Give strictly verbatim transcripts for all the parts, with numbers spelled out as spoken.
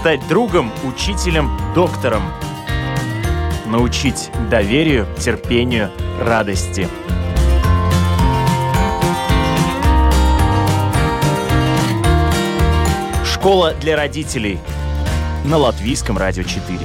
стать другом, учителем, доктором. Научить доверию, терпению, радости. Школа для родителей на Латвийском радио четыре.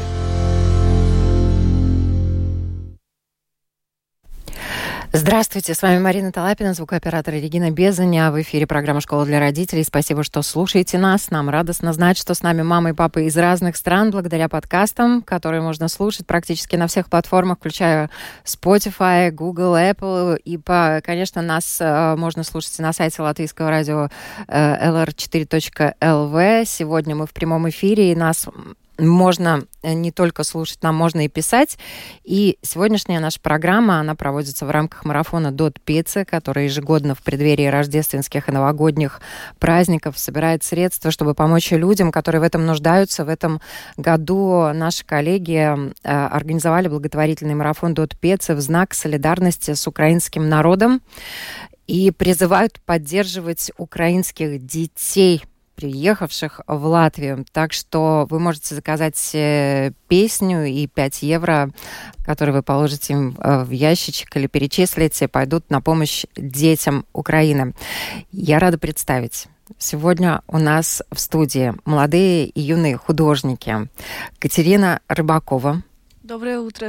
Здравствуйте, с вами Марина Талапина, звукооператор Регина Безаня. В эфире программа «Школа для родителей». Спасибо, что слушаете нас. Нам радостно знать, что с нами мама и папа из разных стран, благодаря подкастам, которые можно слушать практически на всех платформах, включая Spotify, Google, Apple. И, по, конечно, нас э, можно слушать на сайте латвийского радио э, эл эр четыре точка эл ви. Сегодня мы в прямом эфире, и нас можно не только слушать, нам можно и писать. И сегодняшняя наша программа, она проводится в рамках марафона «Дот Пицца», который ежегодно в преддверии рождественских и новогодних праздников собирает средства, чтобы помочь людям, которые в этом нуждаются. В этом году наши коллеги э, организовали благотворительный марафон «Дот Пицца» в знак солидарности с украинским народом и призывают поддерживать украинских детей, приехавших в Латвию. Так что вы можете заказать песню, и пять евро, которые вы положите им в ящичек или перечислите, пойдут на помощь детям Украины. Я рада представить. Сегодня у нас в студии молодые и юные художники. Катерина Рыбакова. Доброе утро.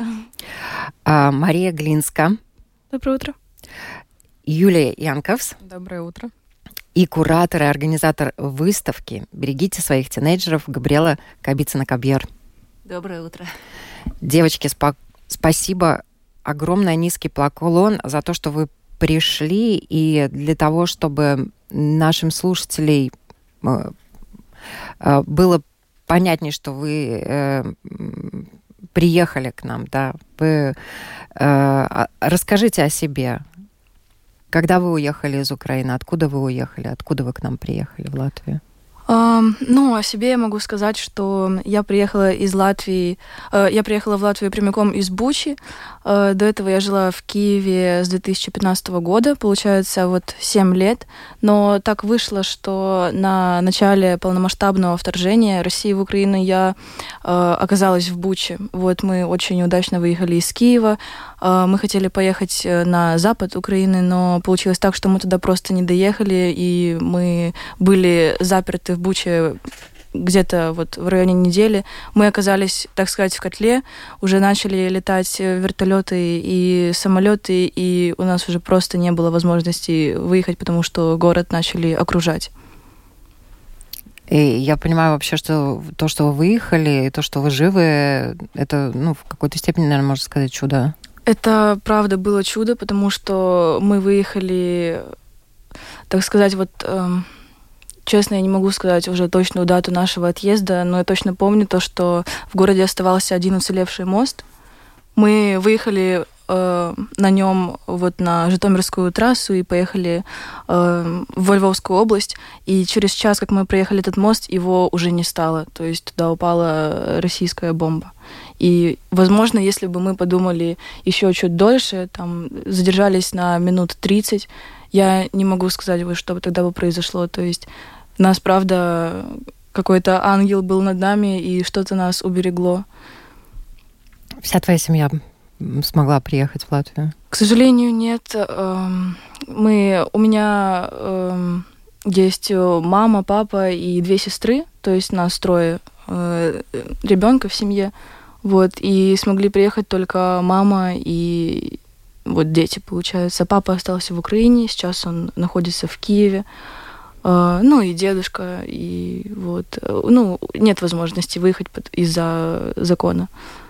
Мария Глинска. Доброе утро. Юлия Янковс. Доброе утро. И куратор и организатор выставки «Берегите своих тинейджеров» Габриэла Кабицина-Кабьер. Доброе утро. Девочки, спа- спасибо огромное, низкий поклон за то, что вы пришли, и для того, чтобы нашим слушателям э, э, было понятнее, что вы э, приехали к нам. Да? Вы э, расскажите о себе. Когда вы уехали из Украины? Откуда вы уехали? Откуда вы к нам приехали в Латвию? Um, ну, о себе я могу сказать, что я приехала из Латвии, uh, я приехала в Латвию прямиком из Бучи. Uh, до этого я жила в Киеве с две тысячи пятнадцатого года, получается, вот семь лет. Но так вышло, что на начале полномасштабного вторжения России в Украину я uh, оказалась в Буче. Вот мы очень удачно выехали из Киева. Uh, мы хотели поехать на запад Украины, но получилось так, что мы туда просто не доехали, и мы были заперты в Буче где-то вот в районе недели. Мы оказались, так сказать, в котле, уже начали летать вертолеты и самолеты, и у нас уже просто не было возможности выехать, потому что город начали окружать. И я понимаю вообще, что то, что вы выехали, и то, что вы живы, это, ну, в какой-то степени, наверное, можно сказать, чудо. Это, правда, было чудо, потому что мы выехали, так сказать, вот... Эм, Честно, я не могу сказать уже точную дату нашего отъезда, но я точно помню то, что в городе оставался один уцелевший мост. Мы выехали э, на нем вот на Житомирскую трассу и поехали э, во Львовскую область. И через час, как мы проехали этот мост, его уже не стало. То есть туда упала российская бомба. И, возможно, если бы мы подумали еще чуть дольше, там, задержались на минут тридцать, я не могу сказать, что бы тогда бы произошло. То есть нас, правда, какой-то ангел был над нами, и что-то нас уберегло. Вся твоя семья смогла приехать в Латвию? К сожалению, нет. Мы, у меня есть мама, папа и две сестры, то есть нас трое ребенка в семье. Вот, и смогли приехать только мама и вот дети, получается. Папа остался в Украине, сейчас он находится в Киеве. Uh, ну, и дедушка, и вот... Ну, нет возможности выехать из-за закона.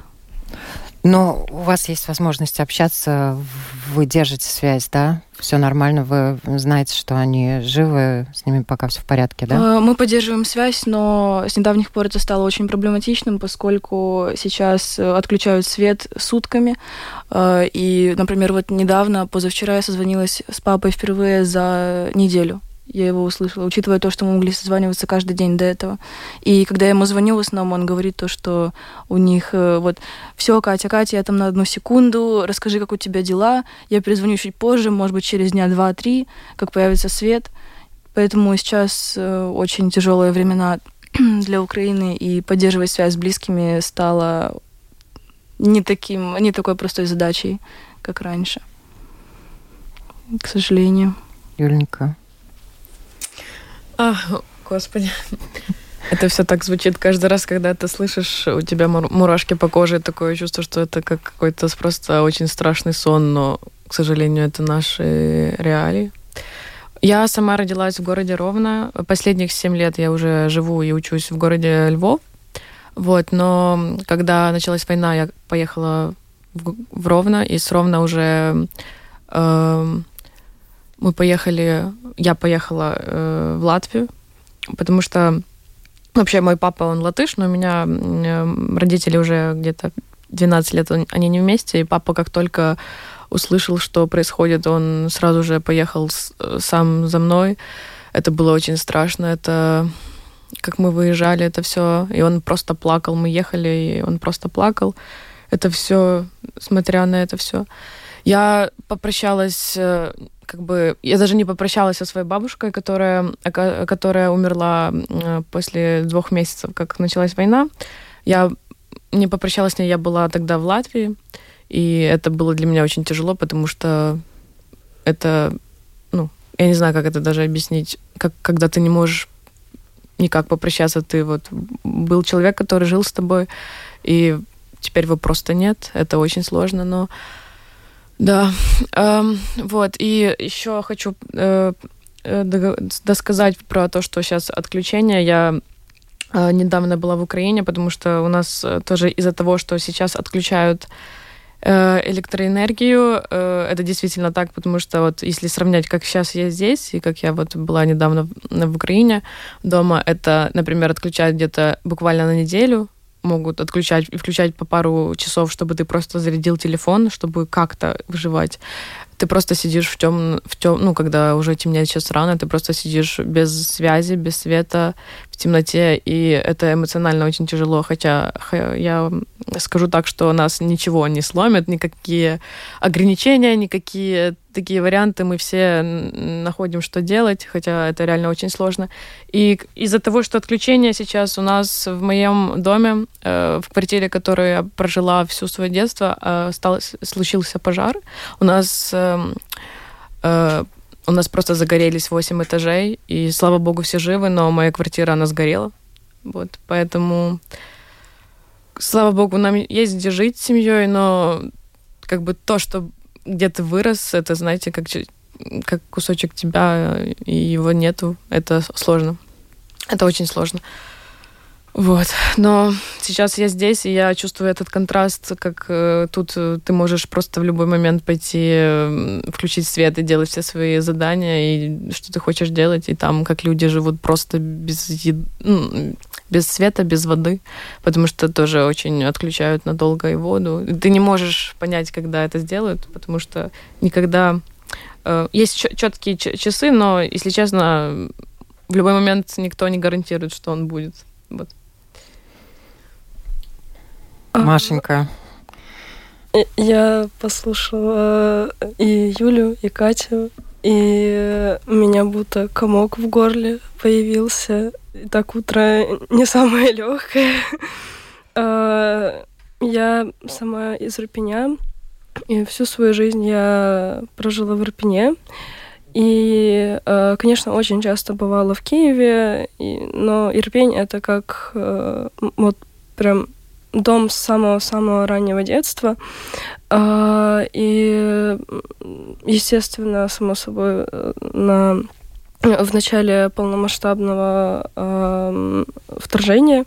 Но у вас есть возможность общаться, вы держите связь, да? Все нормально, вы знаете, что они живы, с ними пока все в порядке, да? Uh, мы поддерживаем связь, но с недавних пор это стало очень проблематичным, поскольку сейчас отключают свет сутками. Uh, и, например, вот недавно, позавчера я созвонилась с папой впервые за неделю. Я его услышала, учитывая то, что мы могли созваниваться каждый день до этого. И когда я ему звоню в основном, он говорит то, что у них вот все, Катя, Катя, я там на одну секунду, расскажи, как у тебя дела, я перезвоню чуть позже, может быть, через дня два-три, как появится свет. Поэтому сейчас очень тяжелые времена для Украины, и поддерживать связь с близкими стало не, таким, не такой простой задачей, как раньше, к сожалению. Юленька. А, Господи. Это все так звучит каждый раз, когда ты слышишь, у тебя мурашки по коже, такое чувство, что это как какой-то просто очень страшный сон, но, к сожалению, это наши реалии. Я сама родилась в городе Ровно. Последних семь лет я уже живу и учусь в городе Львов. Вот, но когда началась война, я поехала в, в Ровно, и с Ровно уже э, мы поехали, я поехала э, в Латвию, потому что вообще мой папа, он латыш, но у меня родители уже где-то двенадцать лет, они не вместе, и папа как только услышал, что происходит, он сразу же поехал с, сам за мной. Это было очень страшно, это как мы выезжали, это все, и он просто плакал, мы ехали, и он просто плакал. Это все, смотря на это все. Я попрощалась, как бы, я даже не попрощалась со своей бабушкой, которая, которая умерла после двух месяцев, как началась война. Я не попрощалась с ней, я была тогда в Латвии, и это было для меня очень тяжело, потому что это, ну, я не знаю, как это даже объяснить, как, когда ты не можешь никак попрощаться, ты вот был человек, который жил с тобой, и теперь его просто нет, это очень сложно, но да, эм, вот, и еще хочу э, э, досказать про то, что сейчас отключение. Я э, недавно была в Украине, потому что у нас тоже из-за того, что сейчас отключают э, электроэнергию, э, это действительно так, потому что вот если сравнять, как сейчас я здесь, и как я вот была недавно в, в Украине дома, это, например, отключают где-то буквально на неделю, могут отключать и включать по пару часов, чтобы ты просто зарядил телефон, чтобы как-то выживать. Ты просто сидишь в тем, в тем, ну, когда уже темнеет сейчас рано, ты просто сидишь без связи, без света, в темноте, и это эмоционально очень тяжело. Хотя я скажу так, что нас ничего не сломит, никакие ограничения, никакие такие варианты, мы все находим, что делать, хотя это реально очень сложно. И из-за того, что отключение сейчас у нас в моем доме, э, в квартире, которую я прожила всю свое детство, э, стал, случился пожар. У нас, э, э, у нас просто загорелись восемь этажей, и, слава богу, все живы, но моя квартира, она сгорела. Вот, поэтому, слава богу, нам есть где жить с семьей, но как бы то, что где ты вырос, это, знаете, как, как кусочек тебя, и его нету. Это сложно. Это очень сложно. Вот. Но сейчас я здесь, и я чувствую этот контраст, как э, тут ты можешь просто в любой момент пойти, э, включить свет и делать все свои задания, и что ты хочешь делать, и там как люди живут просто без еды, ну, без света, без воды, потому что тоже очень отключают надолго и воду. Ты не можешь понять, когда это сделают, потому что никогда... Э, есть четкие часы, но, если честно, в любой момент никто не гарантирует, что он будет. Вот. Машенька. Я послушала и Юлю, и Катю, и у меня будто комок в горле появился. И так утро не самое легкое. Я сама из Ирпеня, и всю свою жизнь я прожила в Ирпене. И, конечно, очень часто бывала в Киеве, но Ирпень — это как вот прям дом с самого-самого раннего детства. И, естественно, само собой, на, в начале полномасштабного вторжения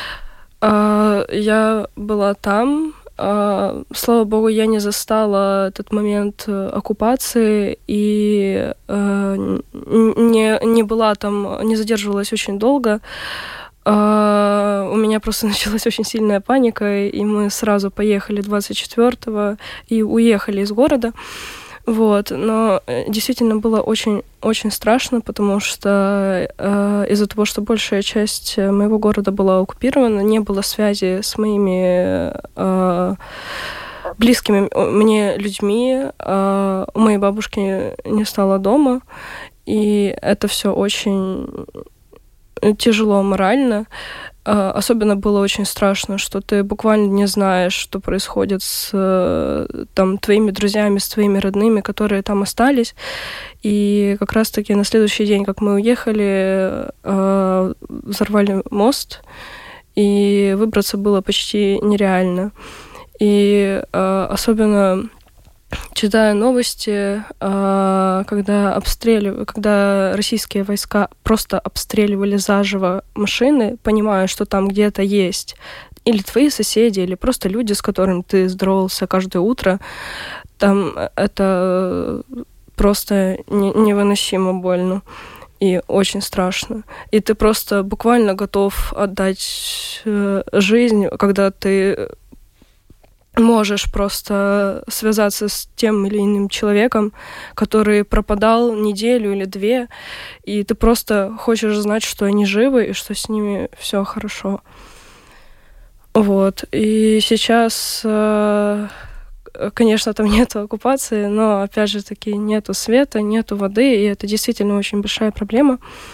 я была там. Слава богу, я не застала этот момент оккупации и не, не была там, не задерживалась очень долго. Uh, у меня просто началась очень сильная паника, и мы сразу поехали двадцать четвёртого и уехали из города. Вот. Но действительно было очень-очень страшно, потому что uh, из-за того, что большая часть моего города была оккупирована, не было связи с моими uh, близкими мне людьми. Uh, у моей бабушки не стало дома, и это все очень... тяжело морально. Особенно было очень страшно, что ты буквально не знаешь, что происходит с там, твоими друзьями, с твоими родными, которые там остались. И как раз-таки на следующий день, как мы уехали, взорвали мост, и выбраться было почти нереально. И особенно читая новости, когда обстреливали, когда российские войска просто обстреливали заживо машины, понимая, что там где-то есть или твои соседи, или просто люди, с которыми ты здоровался каждое утро, там это просто невыносимо больно и очень страшно. И ты просто буквально готов отдать жизнь, когда ты можешь просто связаться с тем или иным человеком, который пропадал неделю или две, и ты просто хочешь знать, что они живы и что с ними все хорошо. Вот. И сейчас, конечно, там нету оккупации, но, опять же таки, нету света, нету воды, и это действительно очень большая проблема.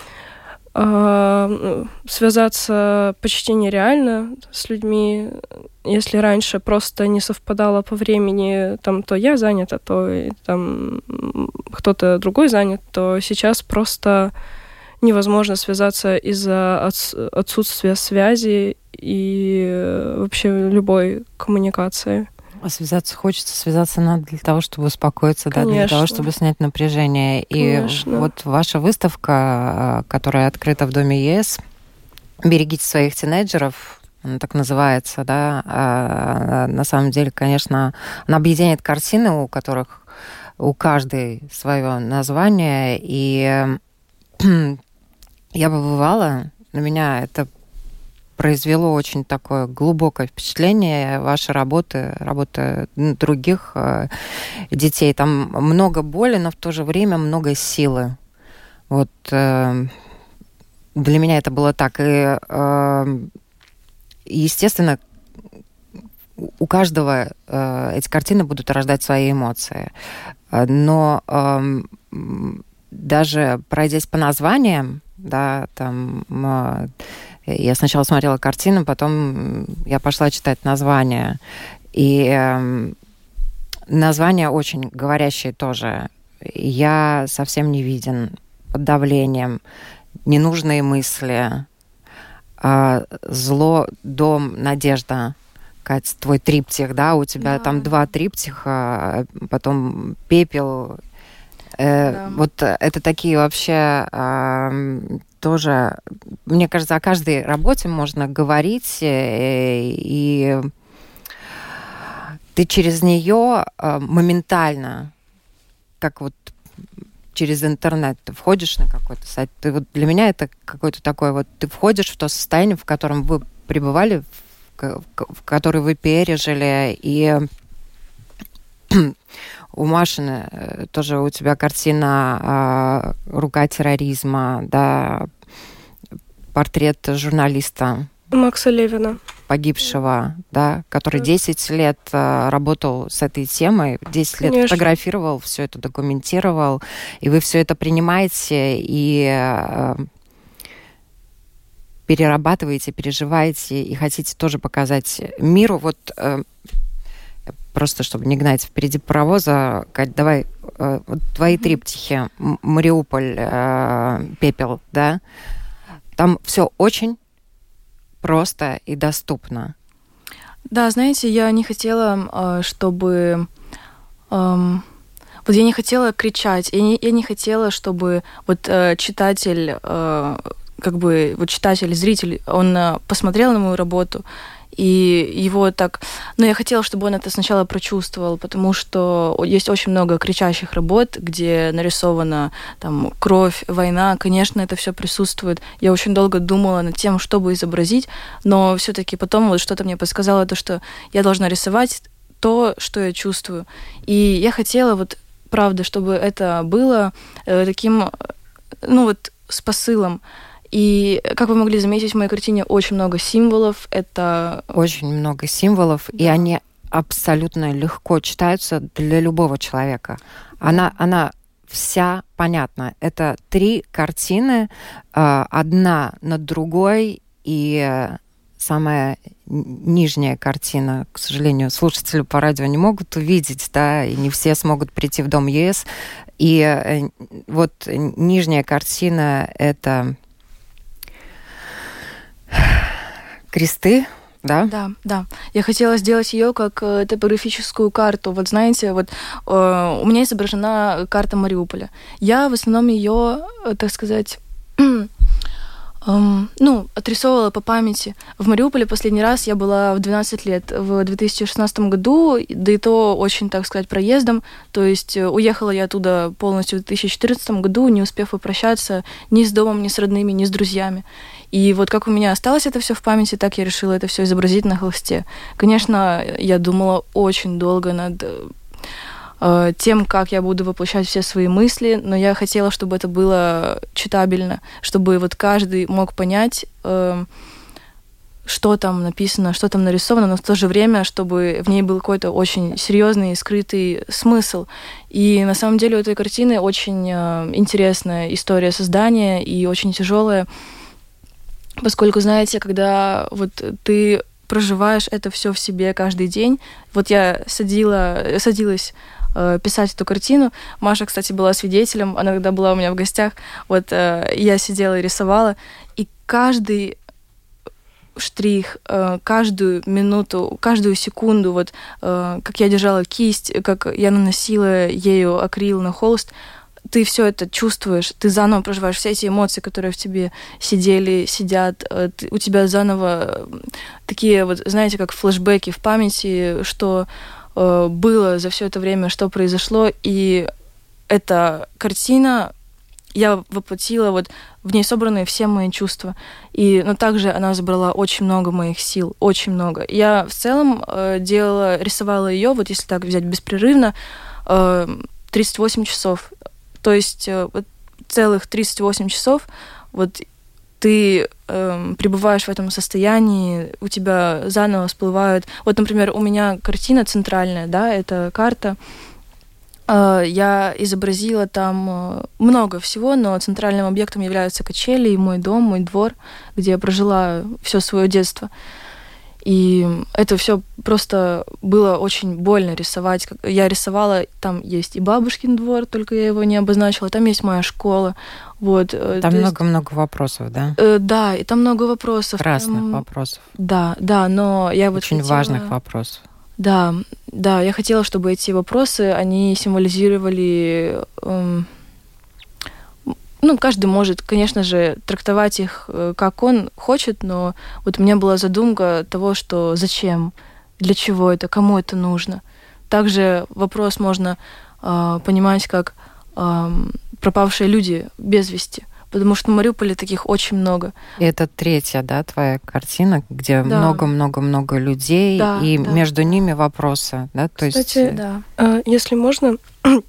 Связаться почти нереально с людьми. Если раньше просто не совпадало по времени, там, то я занята, то там, кто-то другой занят, то сейчас просто невозможно связаться из-за отсутствия связи и вообще любой коммуникации. А связаться хочется, связаться надо для того, чтобы успокоиться, да, для того, чтобы снять напряжение. И Конечно. Вот ваша выставка, которая открыта в Доме ЕС, «Берегите своих тинейджеров», она так называется, да, а на самом деле, конечно, она объединяет картины, у которых у каждой свое название, и я побывала, на меня это произвело очень такое глубокое впечатление вашей работы, работы других э, детей. Там много боли, но в то же время много силы. Вот э, для меня это было так. И, э, естественно, у каждого э, эти картины будут рождать свои эмоции. Но э, даже пройдясь по названиям, да, там... Э, я сначала смотрела картину, потом я пошла читать названия. И э, названия очень говорящие тоже. Я совсем не виден, под давлением, ненужные мысли, э, зло, дом, надежда. Кать, твой триптих, да, у тебя да. там два триптиха, потом пепел. Э, да. Вот это такие вообще... Э, тоже, мне кажется, о каждой работе можно говорить, и ты через нее моментально, как вот через интернет, ты входишь на какой-то сайт. Ты, вот для меня это какой-то такой вот, ты входишь в то состояние, в котором вы пребывали, в, в которое вы пережили, и у Машины тоже у тебя картина «Рука терроризма», да, портрет журналиста Макса Левина, погибшего, да, который десять лет работал с этой темой, десять лет Конечно. Фотографировал, все это документировал, и вы все это принимаете и перерабатываете, переживаете и хотите тоже показать миру. Вот просто, чтобы не гнать впереди паровоза, Кать, давай, э, вот твои триптихи, Мариуполь, э, пепел, да, там все очень просто и доступно. Да, знаете, я не хотела, чтобы... Эм, вот я не хотела кричать, я не, я не хотела, чтобы вот э, читатель, э, как бы, вот читатель, зритель, он э, посмотрел на мою работу, и его так... Но я хотела, чтобы он это сначала прочувствовал, потому что есть очень много кричащих работ, где нарисована там кровь, война. Конечно, это все присутствует. Я очень долго думала над тем, чтобы изобразить, но все-таки потом вот что-то мне подсказало, то, что я должна рисовать то, что я чувствую. И я хотела вот, правда, чтобы это было э, таким, ну вот, с посылом. И, как вы могли заметить, в моей картине очень много символов. Это... Очень много символов, да. И они абсолютно легко читаются для любого человека. Да. Она, она вся понятна. Это три картины, одна над другой, и самая нижняя картина, к сожалению, слушатели по радио не могут увидеть, да, и не все смогут прийти в Дом ЕС. И вот нижняя картина — это кресты, да? Да, да. Я хотела сделать ее как э, топографическую карту. Вот знаете, вот э, у меня изображена карта Мариуполя. Я в основном ее, э, так сказать, э, ну, отрисовывала по памяти. В Мариуполе последний раз я была в двенадцать лет, в две тысячи шестнадцатом году, да и то очень, так сказать, проездом. То есть уехала я оттуда полностью в две тысячи четырнадцатом году, не успев попрощаться ни с домом, ни с родными, ни с друзьями. И вот как у меня осталось это все в памяти, так я решила это все изобразить на холсте. Конечно, я думала очень долго над э, тем, как я буду воплощать все свои мысли, но я хотела, чтобы это было читабельно, чтобы вот каждый мог понять, э, что там написано, что там нарисовано, но в то же время, чтобы в ней был какой-то очень серьезный, скрытый смысл. И на самом деле у этой картины очень э, интересная история создания и очень тяжелая. Поскольку, знаете, когда вот ты проживаешь это все в себе каждый день. Вот я садила, садилась э, писать эту картину. Маша, кстати, была свидетелем. Она когда была у меня в гостях. Вот э, я сидела и рисовала. И каждый штрих, э, каждую минуту, каждую секунду, вот э, как я держала кисть, как я наносила ею акрил на холст, ты все это чувствуешь, ты заново проживаешь все эти эмоции, которые в тебе сидели, сидят, ты, у тебя заново такие вот, знаете, как флешбеки в памяти, что э, было за все это время, что произошло, и эта картина, я воплотила, вот в ней собраны все мои чувства, и, но также она забрала очень много моих сил, очень много. Я в целом э, делала, рисовала ее, вот если так взять беспрерывно, э, тридцать восемь часов. То есть вот, целых тридцать восемь часов вот ты э, пребываешь в этом состоянии, у тебя заново всплывают... Вот, например, у меня картина центральная, да, это карта. Э, я изобразила там много всего, но центральным объектом являются качели и мой дом, мой двор, где я прожила все свое детство. И это все просто было очень больно рисовать. Я рисовала, там есть и бабушкин двор, только я его не обозначила, там есть моя школа. Вот. Там много-много вопросов, да? Э, да, и там много вопросов. Разных там... вопросов. Да, да, но я вот Очень хотела... важных вопросов. Да, да, я хотела, чтобы эти вопросы, они символизировали... Эм... Ну, каждый может, конечно же, трактовать их, как он хочет, но вот у меня была задумка того, что зачем, для чего это, кому это нужно. Также вопрос можно э, понимать как э, пропавшие люди без вести, потому что в Мариуполе таких очень много. И это третья, да, твоя картина, где много-много-много людей, да, и да. между ними вопросы, да? То Кстати, есть... да. э, если можно...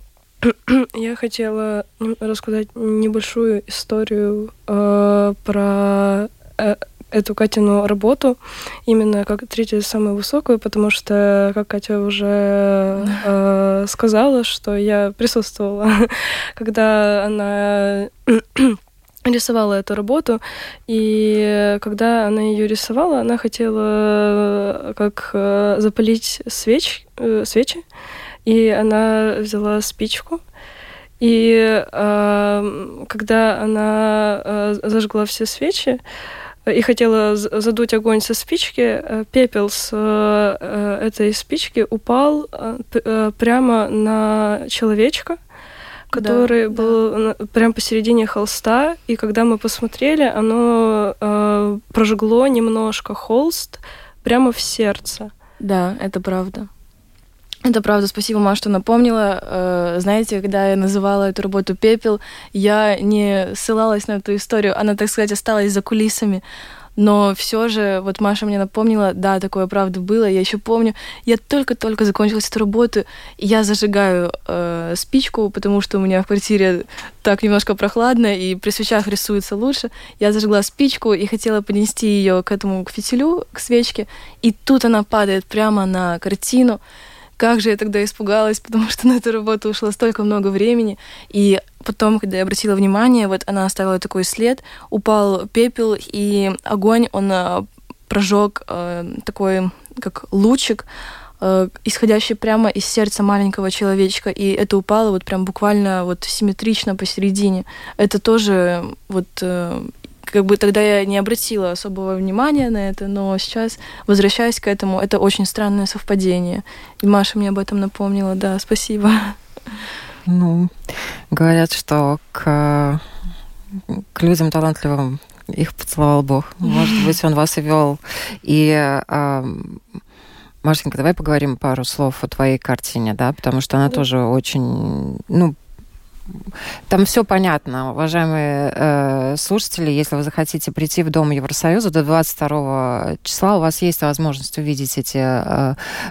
Я хотела рассказать небольшую историю э, про э, эту Катину работу, именно как третью самую высокую, потому что, как Катя уже э, сказала, что я присутствовала, когда она рисовала эту работу, и когда она ее рисовала, она хотела как запалить свеч, свечи, и она взяла спичку, и э, когда она э, зажгла все свечи и хотела задуть огонь со спички, э, пепел с э, этой спички упал э, прямо на человечка, который да, был да. прямо посередине холста, и когда мы посмотрели, оно э, прожгло немножко холст прямо в сердце. Да, это правда. Это правда. Спасибо, Маша, что напомнила. Знаете, когда я называла эту работу «Пепел», я не ссылалась на эту историю. Она, так сказать, осталась за кулисами. Но все же, вот Маша мне напомнила, да, такое правда было. Я еще помню, я только-только закончила эту работу, и я зажигаю э, спичку, потому что у меня в квартире так немножко прохладно, и при свечах рисуется лучше. Я зажгла спичку и хотела поднести ее к этому к фитилю, к свечке, и тут она падает прямо на картину. как же я тогда испугалась, потому что на эту работу ушло столько много времени. И потом, когда я обратила внимание, вот она оставила такой след, упал пепел, и огонь, он прожег э, такой, как лучик, э, исходящий прямо из сердца маленького человечка, и это упало вот прям буквально вот симметрично посередине. Это тоже вот... Э, как бы тогда я не обратила особого внимания на это, но сейчас, возвращаясь к этому, это очень странное совпадение. И Маша мне об этом напомнила. Да, спасибо. Ну, говорят, что к, к людям талантливым их поцеловал Бог. Может быть, он вас и вел. И, а, Машенька, давай поговорим пару слов о твоей картине, да, потому что она да. тоже очень, ну, там все понятно, уважаемые э, слушатели. Если вы захотите прийти в Дом Евросоюза до двадцать второго числа, у вас есть возможность увидеть эти э,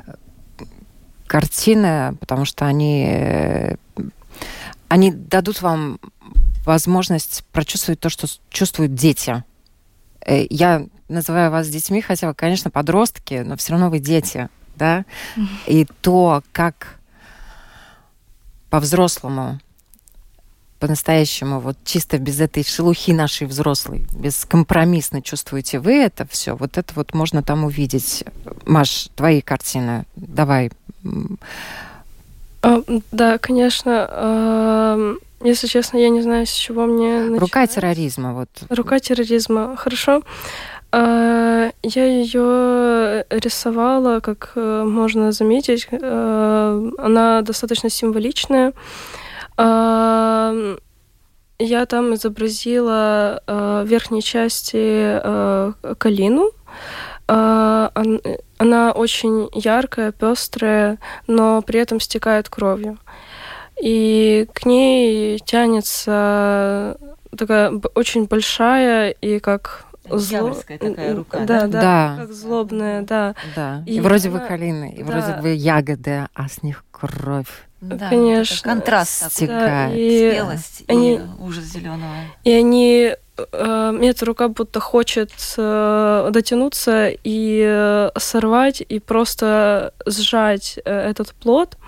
картины, потому что они, э, они дадут вам возможность прочувствовать то, что чувствуют дети. Э, я называю вас детьми, хотя вы, конечно, подростки, но все равно вы дети, да? И то, как по-взрослому, по-настоящему, вот чисто без этой шелухи нашей взрослой, бескомпромиссно чувствуете вы это все, вот это вот можно там увидеть. Маш, твои картины, давай. А, да, конечно. А, если честно, я не знаю, с чего мне начинать. Рука терроризма. Вот. Рука терроризма, хорошо. А, я ее рисовала, как можно заметить. А, она достаточно символичная. Я там изобразила в верхней части калину. Она очень яркая, пестрая, но при этом стекает кровью. И к ней тянется такая очень большая и как... Дьявольская зло... такая рука, да? Да, да, да, как злобная, да. Да, и, и вроде она... бы калины, и да. вроде бы ягоды, а с них кровь. Да, конечно. Контраст стекает. Да, и смелость они... и ужас зеленого. И они... Э, эта рука будто хочет э, дотянуться и э, сорвать, и просто сжать э, этот плод.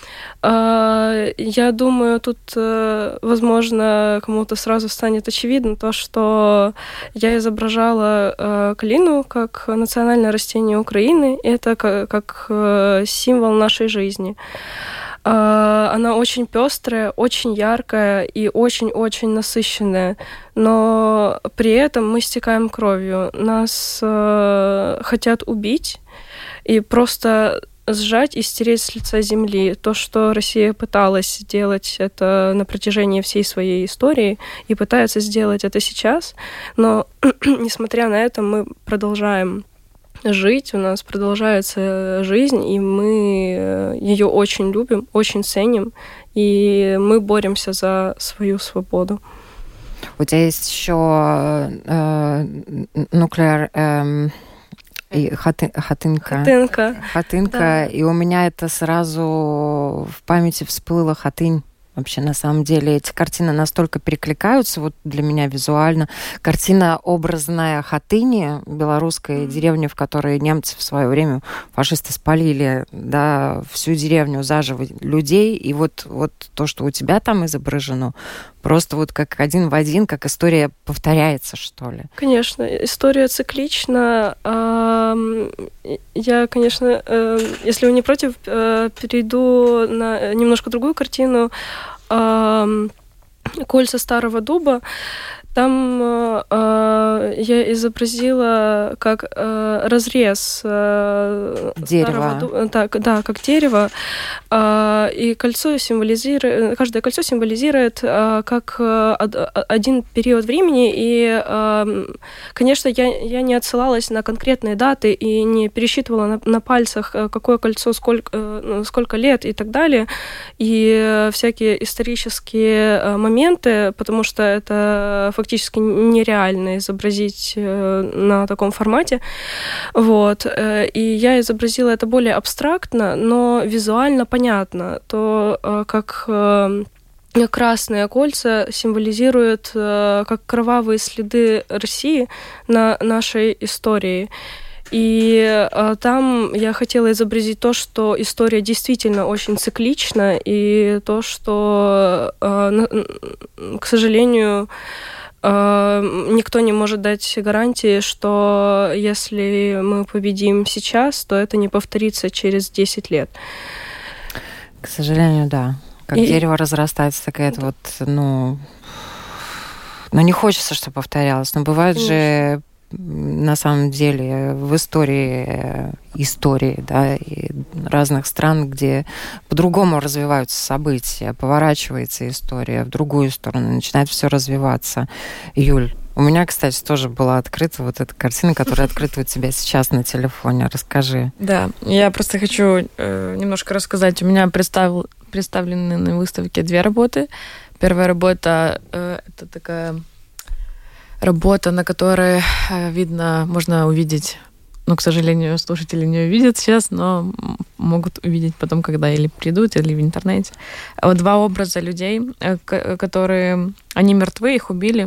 Я думаю, тут, возможно, кому-то сразу станет очевидно то, что я изображала калину как национальное растение Украины. Это как символ нашей жизни. Она очень пестрая, очень яркая и очень-очень насыщенная. Но при этом мы стекаем кровью. Нас хотят убить и просто... сжать и стереть с лица земли. То, что Россия пыталась сделать это на протяжении всей своей истории и пытается сделать это сейчас, но несмотря на это мы продолжаем жить, у нас продолжается жизнь, и мы ее очень любим, очень ценим, и мы боремся за свою свободу. У тебя есть еще э, нуклеар... Э, И хаты, хатынка. Хатынка. Хатынка. Да. И у меня это сразу в памяти всплыло хатынь. Вообще, на самом деле, эти картины настолько перекликаются вот для меня визуально. Картина образная Хатыни, белорусской mm-hmm. деревни, в которой немцы в свое время, фашисты, спалили, да, всю деревню заживо людей. И вот, вот то, что у тебя там изображено, просто вот как один в один, как история повторяется, что ли. Конечно, история циклична. Я, конечно, если вы не против, перейду на немножко другую картину «Кольца старого дуба». Там э, я изобразила как э, разрез э, дерева. Старого, так, да, как дерево. Э, и кольцо символизирует, каждое кольцо символизирует э, как э, один период времени. И, э, конечно, я, я не отсылалась на конкретные даты и не пересчитывала на, на пальцах, какое кольцо, сколько, э, сколько лет и так далее. И всякие исторические моменты, потому что это фактически нереально изобразить на таком формате. Вот. И я изобразила это более абстрактно, но визуально понятно. То, как красные кольца символизируют как кровавые следы России на нашей истории. И э, там я хотела изобразить то, что история действительно очень циклична, и то, что, э, к сожалению, э, никто не может дать гарантии, что если мы победим сейчас, то это не повторится через десять лет. К сожалению, да. Как и... дерево разрастается, такая это вот, ну... Ну, не хочется, чтобы повторялось. Но бывают Конечно. же... на самом деле в истории, истории да, и разных стран, где по-другому развиваются события, поворачивается история в другую сторону, начинает все развиваться. Юль, у меня, кстати, тоже была открыта вот эта картина, которая открыта у тебя сейчас на телефоне. Расскажи. Да, я просто хочу э, немножко рассказать. У меня представил, представлены на выставке две работы. Первая работа э, — это такая... работа, на которой видно, можно увидеть, ну, к сожалению, слушатели не увидят сейчас, но могут увидеть потом, когда или придут, или в интернете. Вот два образа людей, которые, они мертвы, их убили,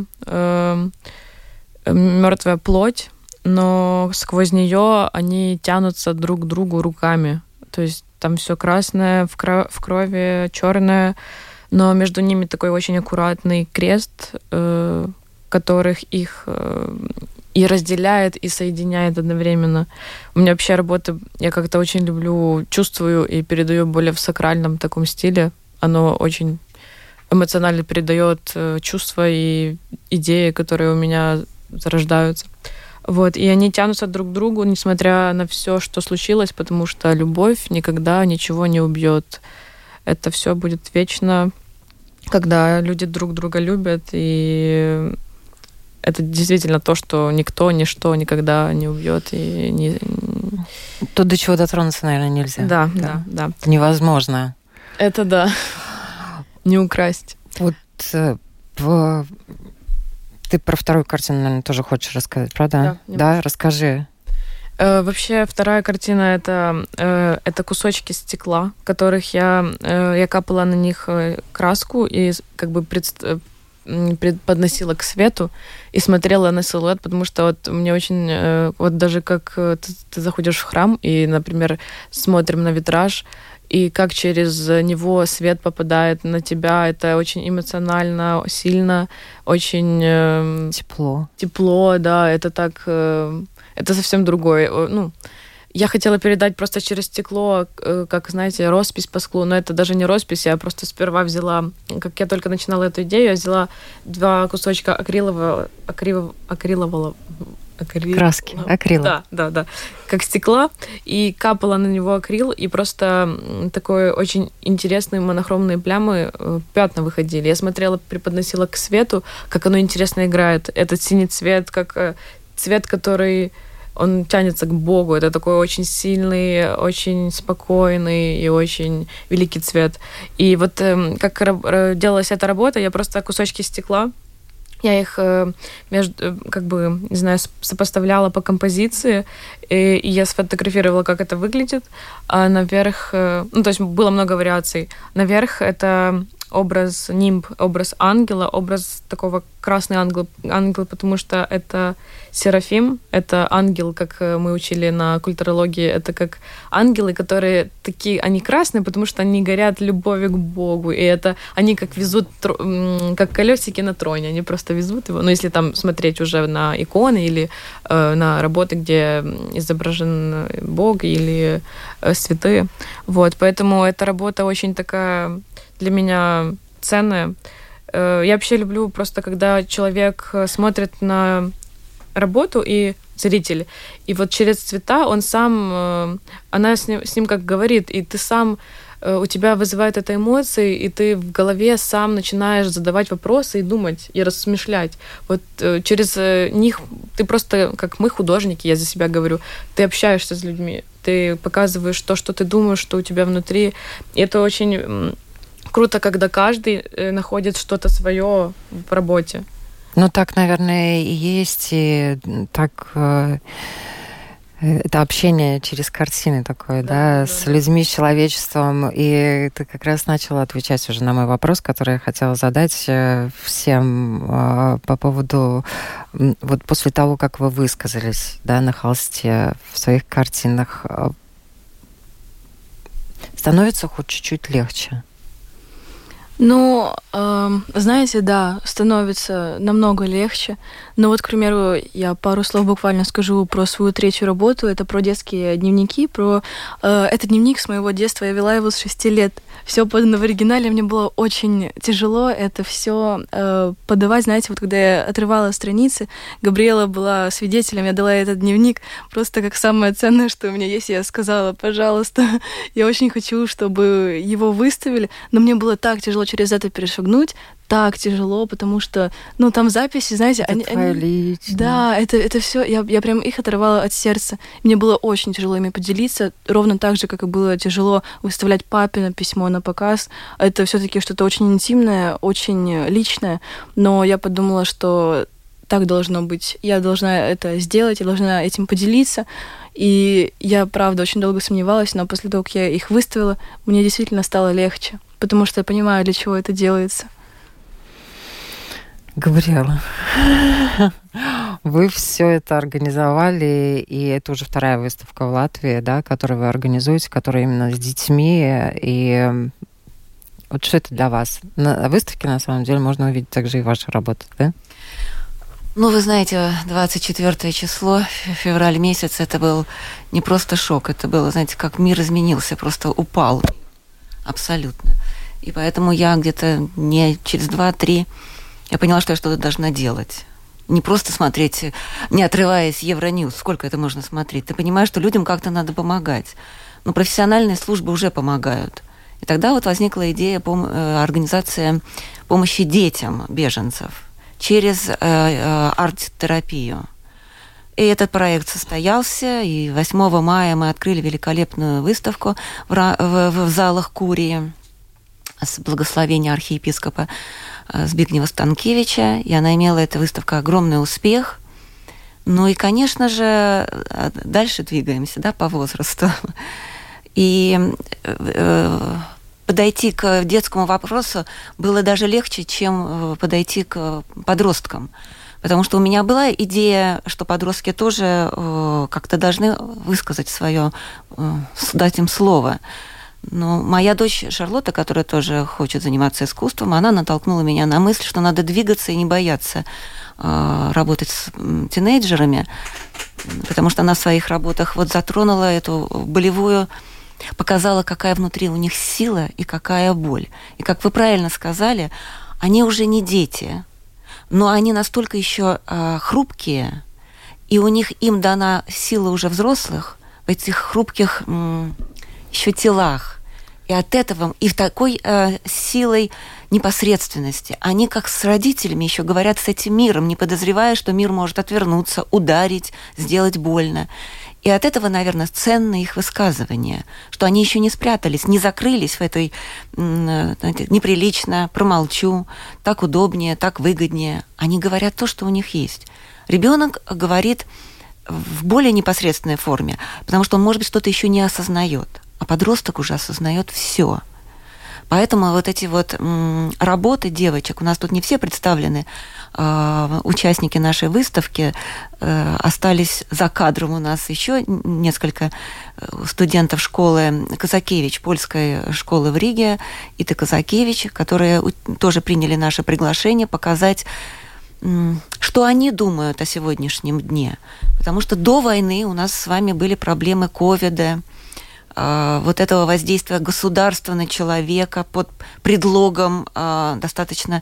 мертвая плоть, но сквозь нее они тянутся друг к другу руками. То есть там все красное, в крови, черное, но между ними такой очень аккуратный крест, которых их э, и разделяет, и соединяет одновременно. У меня вообще работа, я как-то очень люблю, чувствую и передаю более в сакральном таком стиле. Оно очень эмоционально передает э, чувства и идеи, которые у меня зарождаются. Вот. И они тянутся друг к другу, несмотря на все, что случилось, потому что любовь никогда ничего не убьет. Это все будет вечно, когда люди друг друга любят, и это действительно то, что никто, ничто никогда не убьет. И не... То, до чего дотронуться, наверное, нельзя. Да, да, да. да. Невозможно. Это да. Не украсть. Вот в... ты про вторую картину, наверное, тоже хочешь рассказать, правда? Да, да? Расскажи. Э, вообще, вторая картина это, э, это кусочки стекла, которых я, э, я капала на них краску и как бы представляла, подносила к свету и смотрела на силуэт, потому что вот мне очень... Вот даже как ты, ты заходишь в храм и, например, смотрим на витраж, и как через него свет попадает на тебя, это очень эмоционально, сильно, очень... Тепло. Тепло, да, это так... Это совсем другое. Ну, я хотела передать просто через стекло, как, знаете, роспись по склу, но это даже не роспись, я просто сперва взяла, как я только начинала эту идею, я взяла два кусочка акрилового, акрилового, акрилового акрил... краски, акрила. Да, да, да, как стекла, и капала на него акрил, и просто такой очень интересные монохромные плямы, пятна выходили. Я смотрела, преподносила к свету, как оно интересно играет. Этот синий цвет, как цвет, который... Он тянется к Богу. Это такой очень сильный, очень спокойный и очень великий цвет. И вот э, как ра- делалась эта работа, я просто кусочки стекла, я их э, между, как бы, не знаю, сопоставляла по композиции, и, и я сфотографировала, как это выглядит. А наверх, э, ну, то есть было много вариаций. Наверх это образ нимб, образ ангела, образ такого красный ангел, ангел, потому что это серафим, это ангел, как мы учили на культурологии, это как ангелы, которые такие, они красные, потому что они горят любовью к Богу, и это они как везут, как колесики на троне, они просто везут его, ну, если там смотреть уже на иконы или э, на работы, где изображен Бог или э, святые, вот, поэтому эта работа очень такая для меня ценная. Я вообще люблю просто, когда человек смотрит на работу и зритель, и вот через цвета он сам, она с ним, с ним как говорит, и ты сам, у тебя вызывает это эмоции, и ты в голове сам начинаешь задавать вопросы и думать, и рассмышлять. Вот через них ты просто, как мы художники, я за себя говорю, ты общаешься с людьми, ты показываешь то, что ты думаешь, что у тебя внутри, и это очень... Круто, когда каждый находит что-то свое в работе. Ну, так, наверное, и есть, и так... Это общение через картины такое, да, да, да с да. людьми, с человечеством. И ты как раз начала отвечать уже на мой вопрос, который я хотела задать всем по поводу... Вот после того, как вы высказались, да, на холсте, в своих картинах, становится хоть чуть-чуть легче? Ну, э, знаете, да, становится намного легче. Но вот, к примеру, я пару слов буквально скажу про свою третью работу. Это про детские дневники. Про э, этот дневник с моего детства. Я вела его с шести лет. Все подано в оригинале. Мне было очень тяжело это все э, подавать. Знаете, вот когда я отрывала страницы, Габриэла была свидетелем. Я дала ей этот дневник просто как самое ценное, что у меня есть. Я сказала, пожалуйста, я очень хочу, чтобы его выставили. Но мне было так тяжело через это перешагнуть, так тяжело, потому что, ну, там записи, знаете, это они... твоё они... личное. Да, это, это все, я, я прям их оторвала от сердца. Мне было очень тяжело ими поделиться, ровно так же, как и было тяжело выставлять папино письмо на показ. Это все-таки что-то очень интимное, очень личное, но я подумала, что так должно быть. Я должна это сделать, я должна этим поделиться. И я, правда, очень долго сомневалась, но после того, как я их выставила, мне действительно стало легче, потому что я понимаю, для чего это делается. Габриэла, вы все это организовали, и это уже вторая выставка в Латвии, да, которую вы организуете, которая именно с детьми. И вот что это для вас? На выставке, на самом деле, можно увидеть также и ваши работы, да? Ну, вы знаете, двадцать четвёртое число, февраль месяц, это был не просто шок, это было, знаете, как мир изменился, просто упал абсолютно. И поэтому я где-то не через два-три я поняла, что я что-то должна делать. Не просто смотреть, не отрываясь Евроньюз, сколько это можно смотреть. Ты понимаешь, что людям как-то надо помогать. Но профессиональные службы уже помогают. И тогда вот возникла идея пом- организации помощи детям беженцев через э, э, арт-терапию. И этот проект состоялся, и восьмого мая мы открыли великолепную выставку в, в, в залах Курии с благословения архиепископа Збигнева Станкевича, и она имела, эта выставка, огромный успех. Ну и, конечно же, дальше двигаемся, да, по возрасту. И э, подойти к детскому вопросу было даже легче, чем подойти к подросткам. Потому что у меня была идея, что подростки тоже э, как-то должны высказать свое, э, дать им слово. Но моя дочь Шарлотта, которая тоже хочет заниматься искусством, она натолкнула меня на мысль, что надо двигаться и не бояться э, работать с тинейджерами, потому что она в своих работах вот затронула эту болевую, показала, какая внутри у них сила и какая боль. И, как вы правильно сказали, они уже не дети, но они настолько еще э, хрупкие, и у них им дана сила уже взрослых в этих хрупких м, еще телах. И от этого, и в такой э, силой непосредственности. Они, как с родителями, еще говорят с этим миром, не подозревая, что мир может отвернуться, ударить, сделать больно. И от этого, наверное, ценно их высказывание, что они еще не спрятались, не закрылись в этой, знаете, неприлично, промолчу, так удобнее, так выгоднее. Они говорят то, что у них есть. Ребенок говорит в более непосредственной форме, потому что он, может быть, что-то еще не осознает, а подросток уже осознает все. Поэтому вот эти вот м, работы девочек, у нас тут не все представлены, э, участники нашей выставки, э, остались за кадром у нас еще несколько студентов школы Казакевич, польской школы в Риге, Ита Казакевич, которые тоже приняли наше приглашение показать, м, что они думают о сегодняшнем дне. Потому что до войны у нас с вами были проблемы ковида, вот этого воздействия государства на человека под предлогом э, достаточно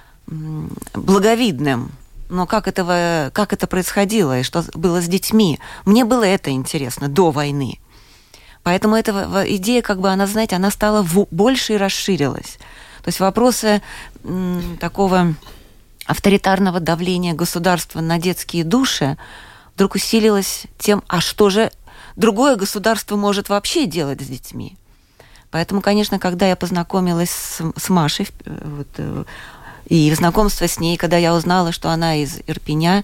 м, благовидным. Но как, этого, как это происходило и что было с детьми? Мне было это интересно до войны. Поэтому эта идея, как бы она, знаете, она стала в, больше и расширилась. То есть вопросы м, такого авторитарного давления государства на детские души вдруг усилилось тем, а что же другое государство может вообще делать с детьми. Поэтому, конечно, когда я познакомилась с, с Машей, вот, и знакомство с ней, когда я узнала, что она из Ирпеня,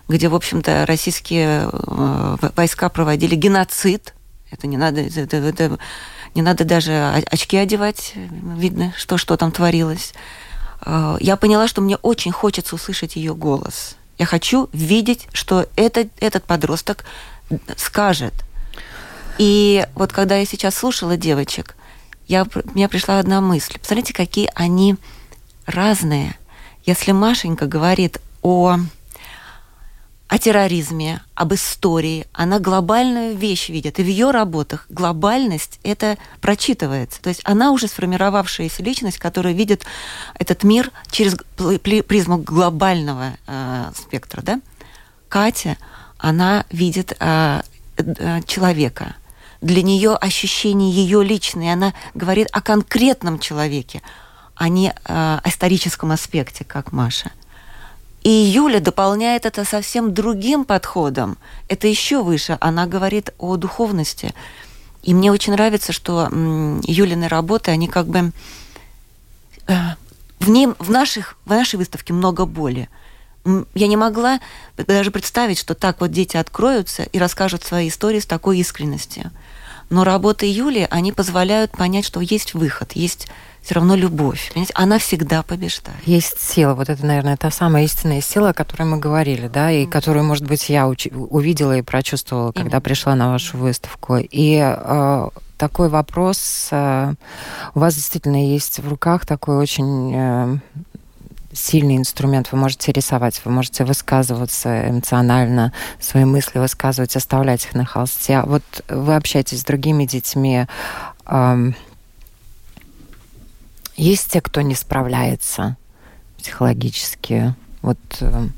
где, в общем-то, российские войска проводили геноцид. Это не надо, это, это, не надо даже очки одевать, видно, что, что там творилось. Я поняла, что мне очень хочется услышать ее голос. Я хочу видеть, что этот, этот подросток скажет. И вот когда я сейчас слушала девочек, я, у меня пришла одна мысль. Посмотрите, какие они разные. Если Машенька говорит о, о терроризме, об истории, она глобальную вещь видит. И в ее работах глобальность это прочитывается. То есть она уже сформировавшаяся личность, которая видит этот мир через призму глобального э, спектра. Да? Катя, она видит э, э, человека. Для нее ощущение ее личное. Она говорит о конкретном человеке, а не э, о историческом аспекте, как Маша. И Юля дополняет это совсем другим подходом. Это еще выше. Она говорит о духовности. И мне очень нравится, что м, Юлины работы, они как бы... Э, в, ней, в, наших, в нашей выставке много боли. Я не могла даже представить, что так вот дети откроются и расскажут свои истории с такой искренностью. Но работы Юли, они позволяют понять, что есть выход, есть все равно любовь. Понимаете? Она всегда побеждает. Есть сила. Вот это, наверное, та самая истинная сила, о которой мы говорили, да, и mm. которую, может быть, я уч- увидела и прочувствовала, mm. когда пришла на вашу выставку. И э, такой вопрос. Э, у вас действительно есть в руках такой очень... Э, сильный инструмент. Вы можете рисовать, вы можете высказываться эмоционально, свои мысли высказывать, оставлять их на холсте. Вот вы общаетесь с другими детьми. Эм, есть те, кто не справляется психологически? Вот... Э,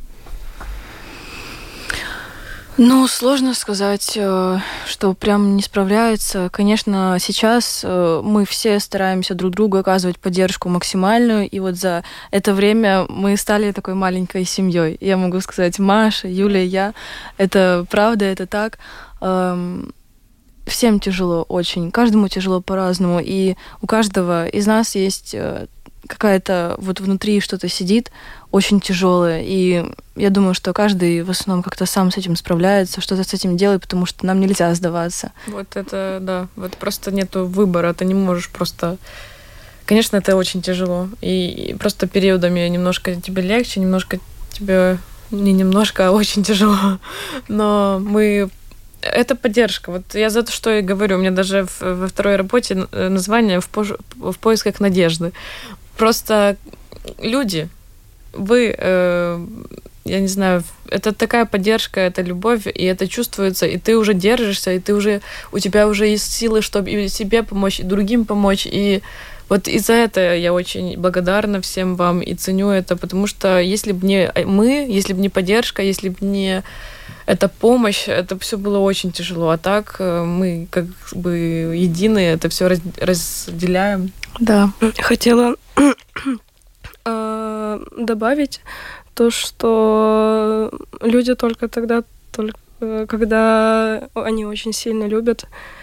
Ну, сложно сказать, что прям не справляется. Конечно, сейчас мы все стараемся друг другу оказывать поддержку максимальную, и вот за это время мы стали такой маленькой семьей. Я могу сказать, Маша, Юля, я. Это правда, это так. Всем тяжело очень, каждому тяжело по-разному, и у каждого из нас есть какая-то вот внутри что-то сидит очень тяжелое, и я думаю, что каждый в основном как-то сам с этим справляется, что-то с этим делает, потому что нам нельзя сдаваться. Вот это, да, вот просто нету выбора, ты не можешь просто... Конечно, это очень тяжело, и просто периодами немножко тебе легче, немножко тебе... Не немножко, а очень тяжело, но мы... Это поддержка. Вот я за то, что и говорю. У меня даже в, во второй работе название в, пож... в поисках надежды. Просто люди, вы, э, я не знаю, это такая поддержка, это любовь, и это чувствуется, и ты уже держишься, и ты уже, у тебя уже есть силы, чтобы и себе помочь, и другим помочь. И вот из-за этого я очень благодарна всем вам и ценю это, потому что если бы не мы, если бы не поддержка, если бы не эта помощь, это все было очень тяжело. А так мы как бы едины, это все раз, разделяем. Да. Хотела добавить то, что люди только тогда, только когда они очень сильно любят.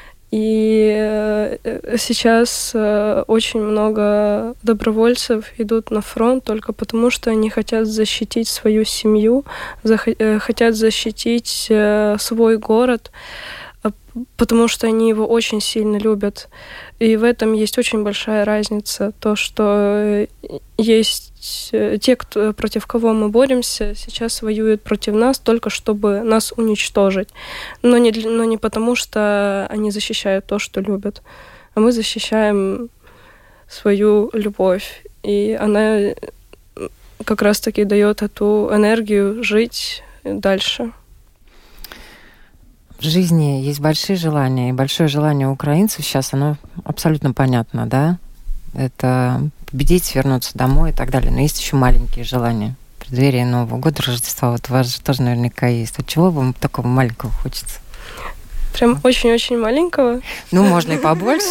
И сейчас очень много добровольцев идут на фронт только потому, что они хотят защитить свою семью, хотят защитить свой город, потому что они его очень сильно любят. И в этом есть очень большая разница. То, что есть те, кто, против кого мы боремся, сейчас воюют против нас только чтобы нас уничтожить. Но не, но не потому, что они защищают то, что любят, а мы защищаем свою любовь. И она как раз-таки дает эту энергию жить дальше. В жизни есть большие желания, и большое желание украинцев сейчас, оно абсолютно понятно, да? Это победить, вернуться домой и так далее. Но есть еще маленькие желания. В преддверии Нового года, Рождества, вот у вас же тоже наверняка есть. Вот чего вам такого маленького хочется? Прям очень-очень маленького? Ну, можно и побольше.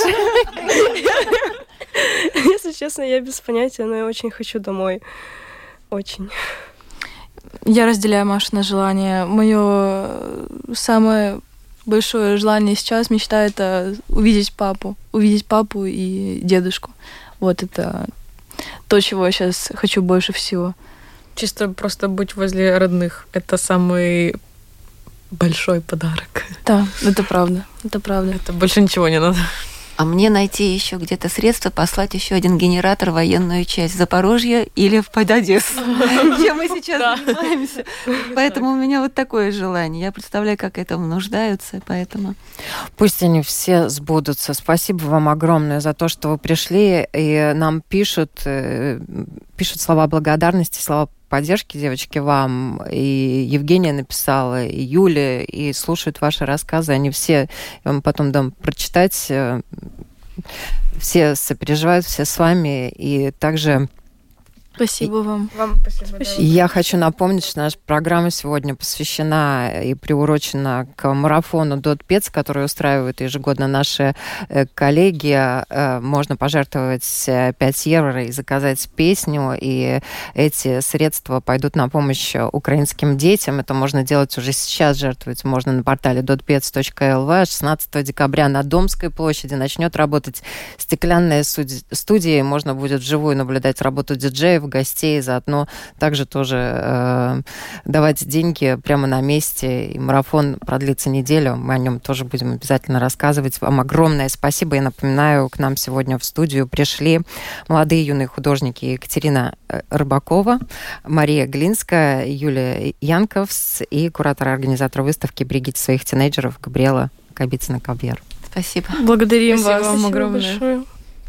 Если честно, я без понятия, но я очень хочу домой. Очень. Я разделяю Машино желание. Мое самое большое желание сейчас, мечта, это увидеть папу. Увидеть папу и дедушку. Вот это то, чего я сейчас хочу больше всего. чисто просто быть возле родных. Это самый большой подарок. Да, это правда, это правда. Это больше ничего не надо. А мне найти еще где-то средства, послать еще один генератор в военную часть Запорожья или под Одессу, чем мы сейчас занимаемся. Поэтому у меня вот такое желание. Я представляю, как этому нуждаются, поэтому... Пусть они все сбудутся. Спасибо вам огромное за то, что вы пришли и нам пишут, пишут слова благодарности, слова поддержки, девочки, вам. И Евгения написала, и Юля, и слушают ваши рассказы. Они все, я вам потом дам прочитать, все сопереживают, все с вами. И также... Спасибо вам. Вам спасибо. Да. Я хочу напомнить, что наша программа сегодня посвящена и приурочена к марафону «Дотпец», который устраивают ежегодно наши коллеги. Можно пожертвовать пять евро и заказать песню, и эти средства пойдут на помощь украинским детям. Это можно делать уже сейчас, жертвовать можно на портале дотпец точка эл ви. шестнадцатого декабря на Домской площади начнет работать стеклянная студия, можно будет вживую наблюдать работу диджеев, гостей, заодно также тоже э, давать деньги прямо на месте. И марафон продлится неделю, мы о нем тоже будем обязательно рассказывать. Вам огромное спасибо. Я напоминаю, к нам сегодня в студию пришли молодые юные художники Екатерина Рыбакова, Мария Глинская, Юлия Янковс и куратор-организатор выставки «Берегите своих тинейджеров» Габриэла Кабицина-Кабьер. Спасибо. Благодарим Спасибо вас. вам огромное. Большое.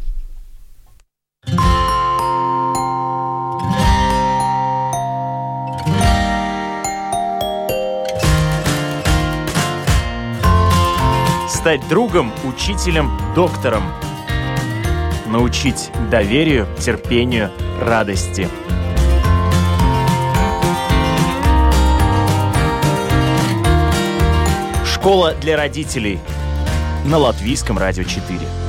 Стать другом, учителем, доктором. Научить доверию, терпению, радости. Школа для родителей на Латвийском радио четыре.